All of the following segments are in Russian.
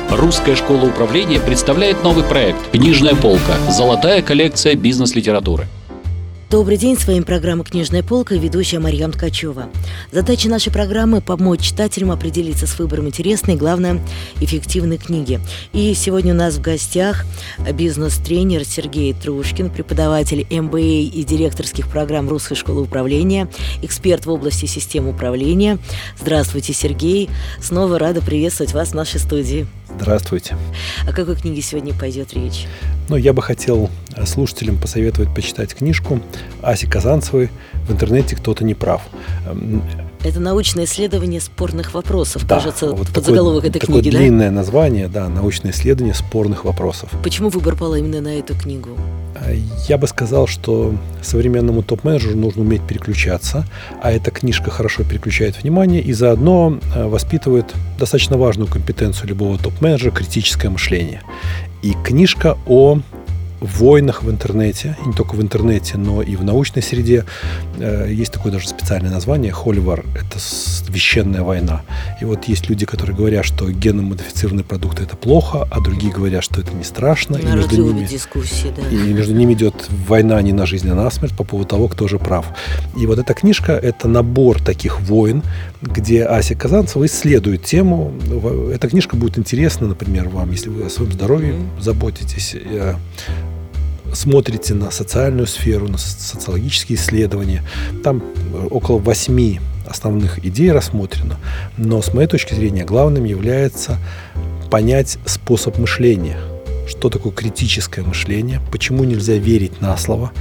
Русская школа управления представляет новый проект «Книжная полка. Золотая коллекция бизнес-литературы». Добрый день, с вами программа «Книжная полка» и ведущая Марьям Ткачева. Задача нашей программы – помочь читателям определиться с выбором интересной и, главное, эффективной книги. И сегодня у нас в гостях бизнес-тренер Сергей Трушкин, преподаватель MBA и директорских программ Русской школы управления, эксперт в области систем управления. Здравствуйте, Сергей. Снова рада приветствовать вас в нашей студии. Здравствуйте. О какой книге сегодня пойдет речь? Я бы хотел слушателям посоветовать почитать книжку Аси Казанцевой «В интернете кто-то не прав». Это научное исследование спорных вопросов, Да, кажется, вот подзаголовок этой книги, такое длинное название, научное исследование спорных вопросов. Почему выбор пал именно на эту книгу? Я бы сказал, что современному топ-менеджеру нужно уметь переключаться, а эта книжка хорошо переключает внимание и заодно воспитывает достаточно важную компетенцию любого топ-менеджера – критическое мышление. И книжка о войнах в интернете, и не только в интернете, но и в научной среде. Есть такое даже специальное название «Holy War» – это священная война. И вот есть люди, которые говорят, что генно-модифицированные продукты – это плохо, а другие говорят, что это не страшно. И между ними идет война не на жизнь, а на смерть по поводу того, кто же прав. И вот эта книжка – это набор таких войн, где Ася Казанцева исследует тему. Эта книжка будет интересна, например, вам, если вы о своем здоровье заботитесь, смотрите на социальную сферу, на социологические исследования. Там около 8 основных идей рассмотрено. Но с моей точки зрения главным является понять способ мышления. Что такое критическое мышление, почему нельзя верить на слово.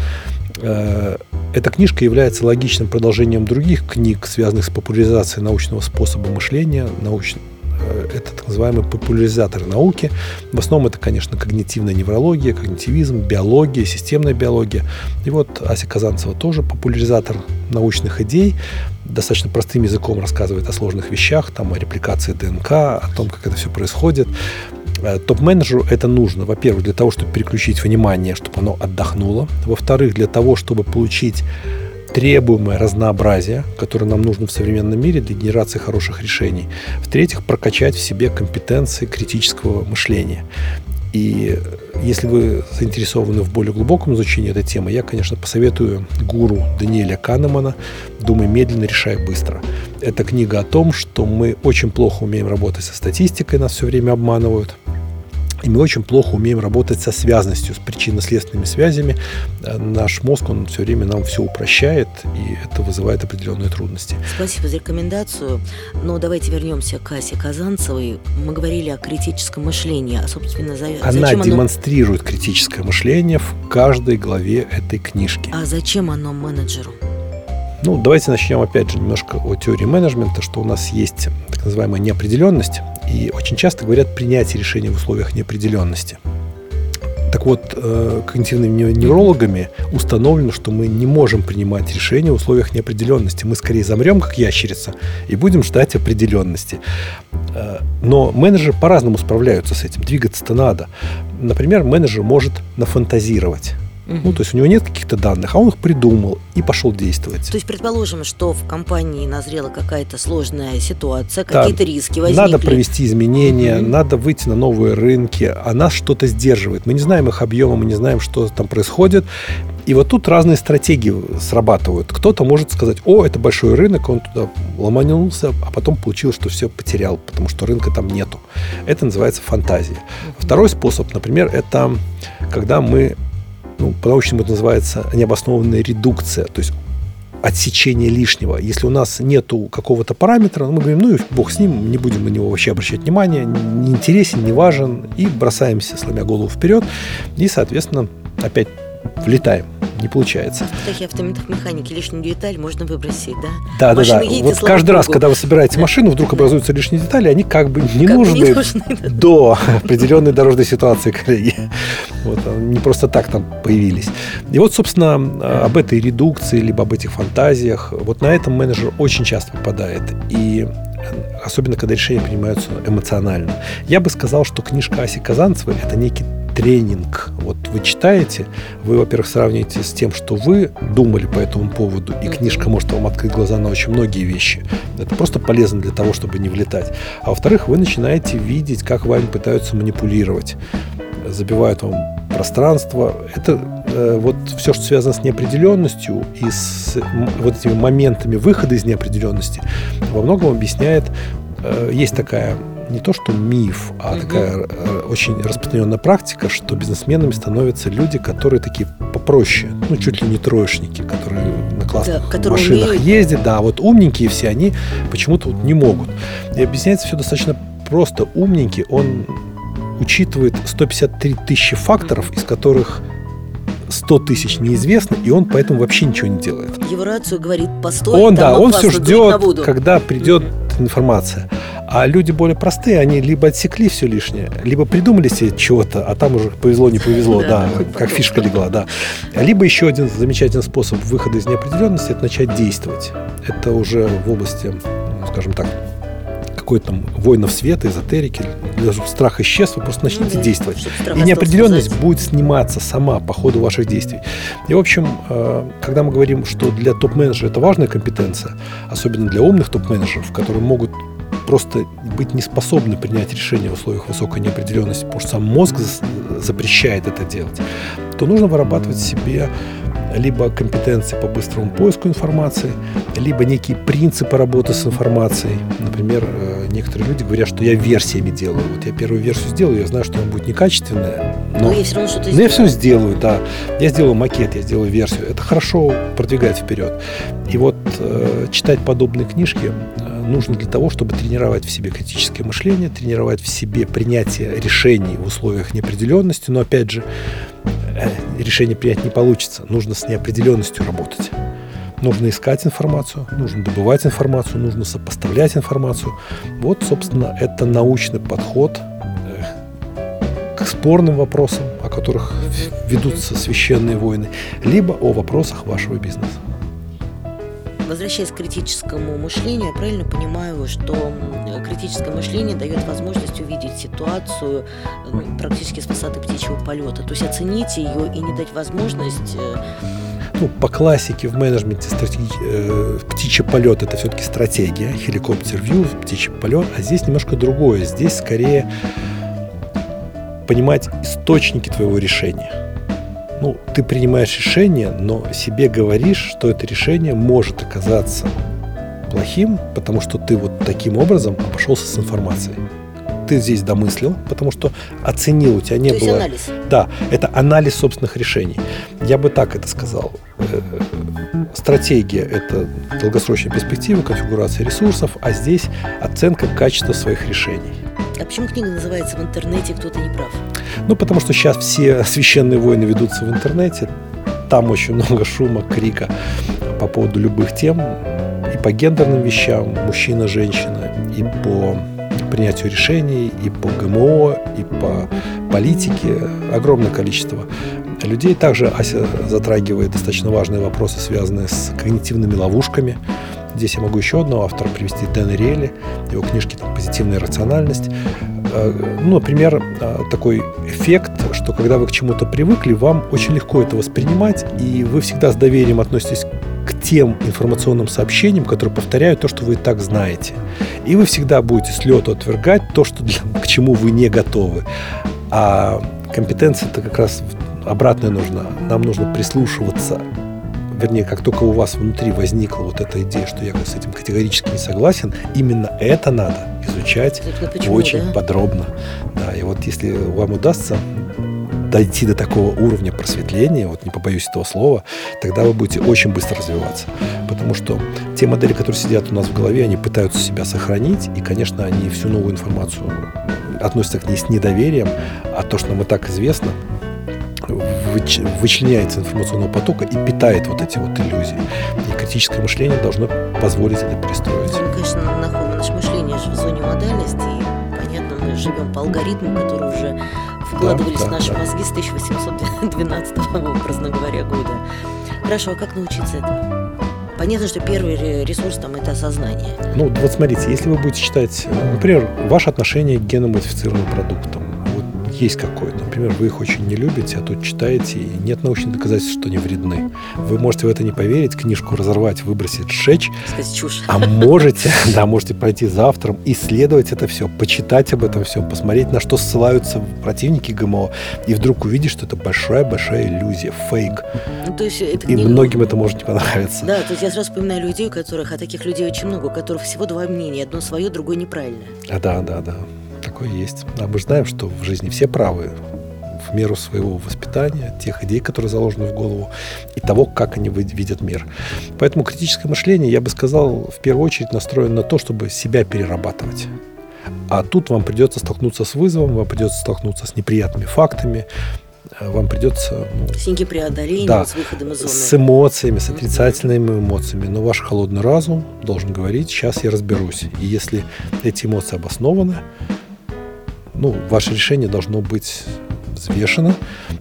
Эта книжка является логичным продолжением других книг, связанных с популяризацией научного способа мышления, это так называемые популяризаторы науки. В основном это, конечно, когнитивная неврология, когнитивизм, биология, системная биология. И вот Ася Казанцева тоже популяризатор научных идей, достаточно простым языком рассказывает о сложных вещах, о репликации ДНК, о том, как это все происходит. Топ-менеджеру это нужно, во-первых, для того, чтобы переключить внимание, чтобы оно отдохнуло. Во-вторых, для того, чтобы получить требуемое разнообразие, которое нам нужно в современном мире для генерации хороших решений. В-третьих, прокачать в себе компетенции критического мышления. И если вы заинтересованы в более глубоком изучении этой темы, я, конечно, посоветую гуру Даниэля Канемана «Думай медленно, решай быстро». Это книга о том, что мы очень плохо умеем работать со статистикой, нас все время обманывают. И мы очень плохо умеем работать со связностью, с причинно-следственными связями. Наш мозг, он все время нам все упрощает, и это вызывает определенные трудности. Спасибо за рекомендацию. Но давайте вернемся к Асе Казанцевой. Мы говорили о критическом мышлении. А, собственно, она демонстрирует критическое мышление в каждой главе этой книжки. А зачем оно менеджеру? Давайте начнем опять же немножко о теории менеджмента, что у нас есть так называемая неопределенность, и очень часто говорят принятие решения в условиях неопределенности. Так вот, когнитивными неврологами установлено, что мы не можем принимать решения в условиях неопределенности. Мы скорее замрем, как ящерица, и будем ждать определенности. Но менеджеры по-разному справляются с этим. Двигаться-то надо. Например, менеджер может нафантазировать. То есть у него нет каких-то данных, а он их придумал и пошел действовать. То есть предположим, что в компании назрела какая-то сложная ситуация, какие-то риски возникли. Надо провести изменения, надо выйти на новые рынки, а нас что-то сдерживает. Мы не знаем их объема, мы не знаем, что там происходит. И вот тут разные стратегии срабатывают. Кто-то может сказать: это большой рынок, он туда ломанулся, а потом получилось, что все потерял, потому что рынка там нету. Это называется фантазия. Второй способ, например, это когда мы по-научному это называется необоснованная редукция, то есть отсечение лишнего. Если у нас нету какого-то параметра, мы говорим, бог с ним, не будем на него вообще обращать внимание, не интересен, не важен, и бросаемся, сломя голову вперед, и, соответственно, опять влетаем. Не получается. В таких автоматах механики лишнюю деталь можно выбросить, да? Да. Вот каждый раз, когда вы собираете машину, вдруг образуются лишние детали, они не нужны до определенной дорожной ситуации, коллеги. Они не просто так там появились. И вот, собственно, об этой редукции, либо об этих фантазиях, на этом менеджер очень часто попадает. И особенно, когда решения принимаются эмоционально. Я бы сказал, что книжка Аси Казанцевой – это некий тренинг. Вот вы читаете, вы, во-первых, сравниваете с тем, что вы думали по этому поводу, и книжка может вам открыть глаза на очень многие вещи. Это просто полезно для того, чтобы не влетать. А во-вторых, вы начинаете видеть, как вами пытаются манипулировать. Забивают вам пространство. Это вот все, что связано с неопределенностью и с вот этими моментами выхода из неопределенности, во многом объясняет, есть такая не то что миф, а такая очень распространенная практика, что бизнесменами становятся люди, которые такие попроще, чуть ли не троечники, которые на классных машинах ездят, вот умненькие все, они почему-то не могут. И объясняется все достаточно просто. Умненький, он учитывает 153 тысячи факторов, из которых 100 тысяч неизвестно, и он поэтому вообще ничего не делает. Его рацию говорит: постой, он все ждет, когда придет информация. А люди более простые, они либо отсекли все лишнее, либо придумали себе чего-то, а там уже повезло, не повезло, как фишка легла, Либо еще один замечательный способ выхода из неопределенности – это начать действовать. Это уже в области, скажем так, какой-то там воинов света, эзотерики. Чтобы страх исчез, вы просто начнете действовать. И неопределенность будет сниматься сама по ходу ваших действий. И, в общем, когда мы говорим, что для топ-менеджера это важная компетенция, особенно для умных топ-менеджеров, которые могут просто быть не способны принять решение в условиях высокой неопределенности, потому что сам мозг запрещает это делать, то нужно вырабатывать себе либо компетенции по быстрому поиску информации, либо некие принципы работы с информацией. Например, некоторые люди говорят, что я версиями делаю. Вот я первую версию сделаю, я знаю, что она будет некачественная, но я все равно что-то сделаю. Я все сделаю, Я сделаю макет, я сделаю версию. Это хорошо продвигает вперед. И вот читать подобные книжки нужно для того, чтобы тренировать в себе критическое мышление, тренировать в себе принятие решений в условиях неопределенности. Но, опять же, решение принять не получится. Нужно с неопределенностью работать. Нужно искать информацию, нужно добывать информацию, нужно сопоставлять информацию. Вот, собственно, это научный подход к спорным вопросам, о которых ведутся священные войны, либо о вопросах вашего бизнеса. Возвращаясь к критическому мышлению, я правильно понимаю, что критическое мышление дает возможность увидеть ситуацию практически с высоты птичьего полета, то есть оценить ее и не дать возможность... По классике в менеджменте птичий полет – это все-таки стратегия, helicopter-view, птичий полет, а здесь немножко другое. Здесь скорее понимать источники твоего решения. Ты принимаешь решение, но себе говоришь, что это решение может оказаться плохим, потому что ты вот таким образом обошелся с информацией. Ты здесь домыслил, потому что оценил, у тебя не было... То есть анализ. Да, это анализ собственных решений. Я бы так это сказал. Стратегия – это долгосрочная перспектива, конфигурация ресурсов, а здесь оценка качества своих решений. А почему книга называется «В интернете кто-то не прав»? Потому что сейчас все священные войны ведутся в интернете. Там очень много шума, крика по поводу любых тем. И по гендерным вещам, мужчина, женщина, и по принятию решений, и по ГМО, и по политике. Огромное количество людей. Также Ася затрагивает достаточно важные вопросы, связанные с когнитивными ловушками. Здесь я могу еще одного автора привести, Дэна Риэли, его книжки «Позитивная рациональность». Например, такой эффект, что когда вы к чему-то привыкли, вам очень легко это воспринимать, и вы всегда с доверием относитесь к тем информационным сообщениям, которые повторяют то, что вы и так знаете. И вы всегда будете с лету отвергать то, к чему вы не готовы. А компетенция-то как раз обратная нужна. Нам нужно прислушиваться. Вернее, как только у вас внутри возникла вот эта идея, что я с этим категорически не согласен, именно это надо изучать очень подробно. Да, и вот если вам удастся дойти до такого уровня просветления, не побоюсь этого слова, тогда вы будете очень быстро развиваться. Потому что те модели, которые сидят у нас в голове, они пытаются себя сохранить, и, конечно, они всю новую информацию относятся к ней с недоверием, а то, что нам и так известно, вычленяется информационного потока и питает вот эти вот иллюзии. И критическое мышление должно позволить это перестроить. Мы, конечно, находим наше мышление же в зоне модальности, и, понятно, мы живем по алгоритму, который уже вкладывались в наши мозги с 1812, образно говоря, года. Хорошо, а как научиться этому? Понятно, что первый ресурс там – это осознание. Вот смотрите, если вы будете читать, например, ваше отношение к генно-модифицированным продуктам, есть какое-то. Например, вы их очень не любите, а тут читаете, и нет научных доказательств, что они вредны. Вы можете в это не поверить, книжку разорвать, выбросить, сжечь. Сказать чушь. А можете пойти за автором, исследовать это все, почитать об этом всем, посмотреть, на что ссылаются противники ГМО, и вдруг увидеть, что это большая-большая иллюзия, фейк. Ну, то есть это И многим это может не понравиться. Да, то есть я сразу вспоминаю людей, у которых, а таких людей очень много, у которых всего два мнения, одно свое, другое неправильное. Да. Такое есть. А мы знаем, что в жизни все правы в меру своего воспитания, тех идей, которые заложены в голову, и того, как они видят мир. Поэтому критическое мышление, я бы сказал, в первую очередь настроено на то, чтобы себя перерабатывать. А тут вам придется столкнуться с вызовом, вам придется столкнуться с неприятными фактами, вам придется... С неким преодолением, с выходом из зоны. С эмоциями, с отрицательными эмоциями. Но ваш холодный разум должен говорить: сейчас я разберусь. И если эти эмоции обоснованы, ваше решение должно быть взвешено.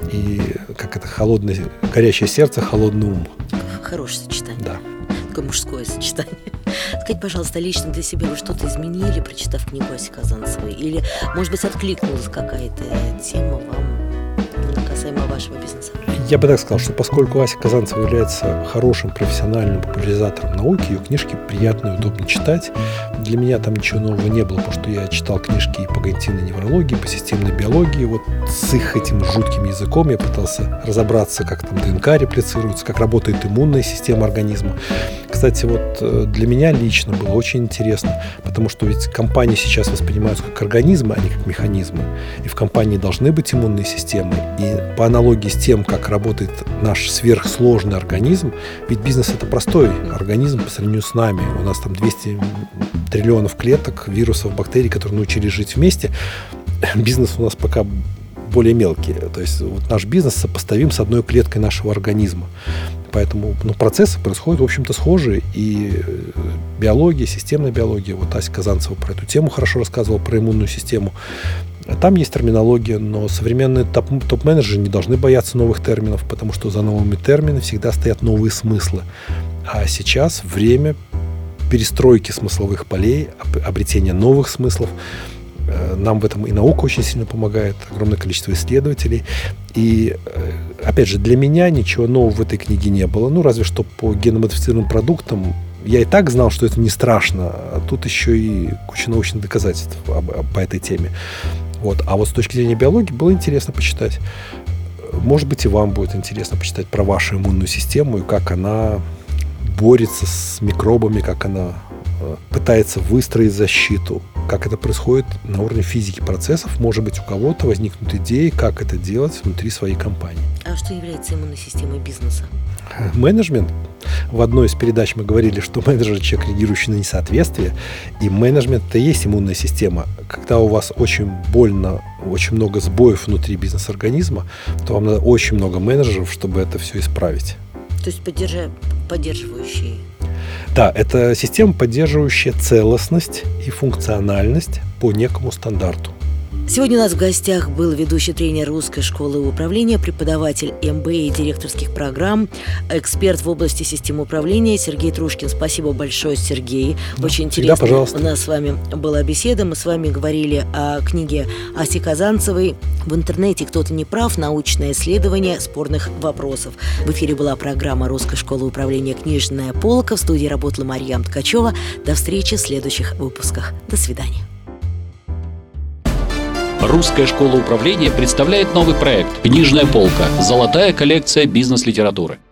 И холодное, горячее сердце, холодный ум. Хорошее сочетание. Да. Такое мужское сочетание. Скажите, пожалуйста, лично для себя вы что-то изменили, прочитав книгу Аси Казанцевой? Или, может быть, откликнулась какая-то тема вам касаемо вашего бизнеса? Я бы так сказал, что поскольку Ася Казанцева является хорошим профессиональным популяризатором науки, ее книжки приятно и удобно читать. Для меня там ничего нового не было, потому что я читал книжки и по когнитивной неврологии, по системной биологии. Вот с их этим жутким языком я пытался разобраться, как там ДНК реплицируется, как работает иммунная система организма. Кстати, вот для меня лично было очень интересно, потому что ведь компании сейчас воспринимаются как организмы, а не как механизмы. И в компании должны быть иммунные системы. И по аналогии с тем, как работает наш сверхсложный организм, ведь бизнес — это простой организм по сравнению с нами. У нас там 200 триллионов клеток, вирусов, бактерий, которые научились жить вместе. Бизнес у нас пока более мелкий. То есть вот наш бизнес сопоставим с одной клеткой нашего организма. Поэтому процессы происходят, в общем-то, схожие. И биология, системная биология. Вот Ася Казанцева про эту тему хорошо рассказывала, про иммунную систему. Там есть терминология, но современные топ-менеджеры не должны бояться новых терминов, потому что за новыми терминами всегда стоят новые смыслы. А сейчас время перестройки смысловых полей, обретения новых смыслов. Нам в этом и наука очень сильно помогает, огромное количество исследователей. И, опять же, для меня ничего нового в этой книге не было. Разве что по генномодифицированным продуктам я и так знал, что это не страшно, а тут еще и куча научных доказательств по этой теме. А вот с точки зрения биологии было интересно почитать. Может быть, и вам будет интересно почитать про вашу иммунную систему и как она борется с микробами, как она пытается выстроить защиту, как это происходит на уровне физики процессов. Может быть, у кого-то возникнут идеи, как это делать внутри своей компании. А что является иммунной системой бизнеса? Менеджмент. В одной из передач мы говорили, что менеджер — человек, реагирующий на несоответствие, и менеджмент — это и есть иммунная система. Когда у вас очень больно, очень много сбоев внутри бизнес-организма, то вам надо очень много менеджеров, чтобы это все исправить. То есть поддерживающие? Да, это система, поддерживающая целостность и функциональность по некому стандарту. Сегодня у нас в гостях был ведущий тренер Русской школы управления, преподаватель МБА и директорских программ, эксперт в области системы управления Сергей Трушкин. Спасибо большое, Сергей. Очень интересно. Пожалуйста. У нас с вами была беседа. Мы с вами говорили о книге Аси Казанцевой «В интернете кто-то не прав. Научное исследование спорных вопросов». В эфире была программа Русской школы управления «Книжная полка». В студии работала Марьям Ткачева. До встречи в следующих выпусках. До свидания. Русская школа управления представляет новый проект «Книжная полка. Золотая коллекция бизнес-литературы».